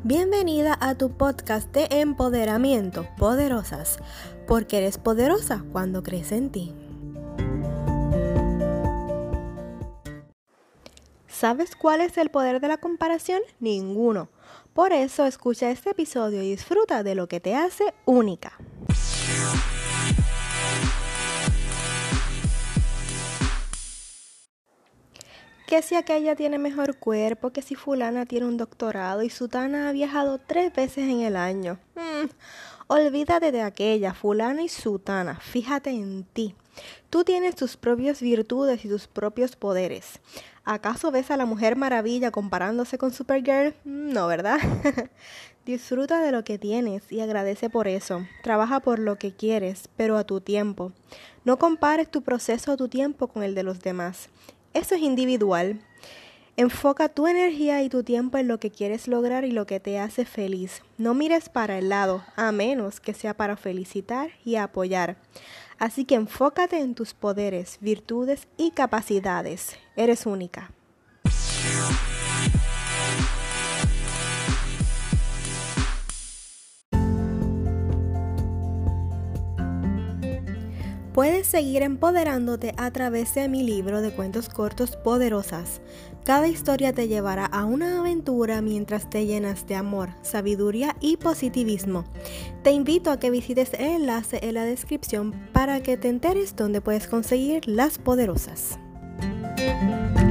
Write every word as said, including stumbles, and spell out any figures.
Bienvenida a tu podcast de empoderamiento, Poderosas, porque eres poderosa cuando crees en ti. ¿Sabes cuál es el poder de la comparación? Ninguno. Por eso escucha este episodio y disfruta de lo que te hace única. Que si aquella tiene mejor cuerpo, que si fulana tiene un doctorado y sutana ha viajado tres veces en el año. Mm, olvídate de aquella, fulana y sutana, fíjate en ti. Tú tienes tus propias virtudes y tus propios poderes. ¿Acaso ves a la Mujer Maravilla comparándose con Supergirl? No, ¿verdad? Disfruta de lo que tienes y agradece por eso. Trabaja por lo que quieres, pero a tu tiempo. No compares tu proceso a tu tiempo con el de los demás. Eso es individual. Enfoca tu energía y tu tiempo en lo que quieres lograr y lo que te hace feliz. No mires para el lado, a menos que sea para felicitar y apoyar. Así que enfócate en tus poderes, virtudes y capacidades. Eres única. Puedes seguir empoderándote a través de mi libro de cuentos cortos Poderosas. Cada historia te llevará a una aventura mientras te llenas de amor, sabiduría y positivismo. Te invito a que visites el enlace en la descripción para que te enteres dónde puedes conseguir las Poderosas.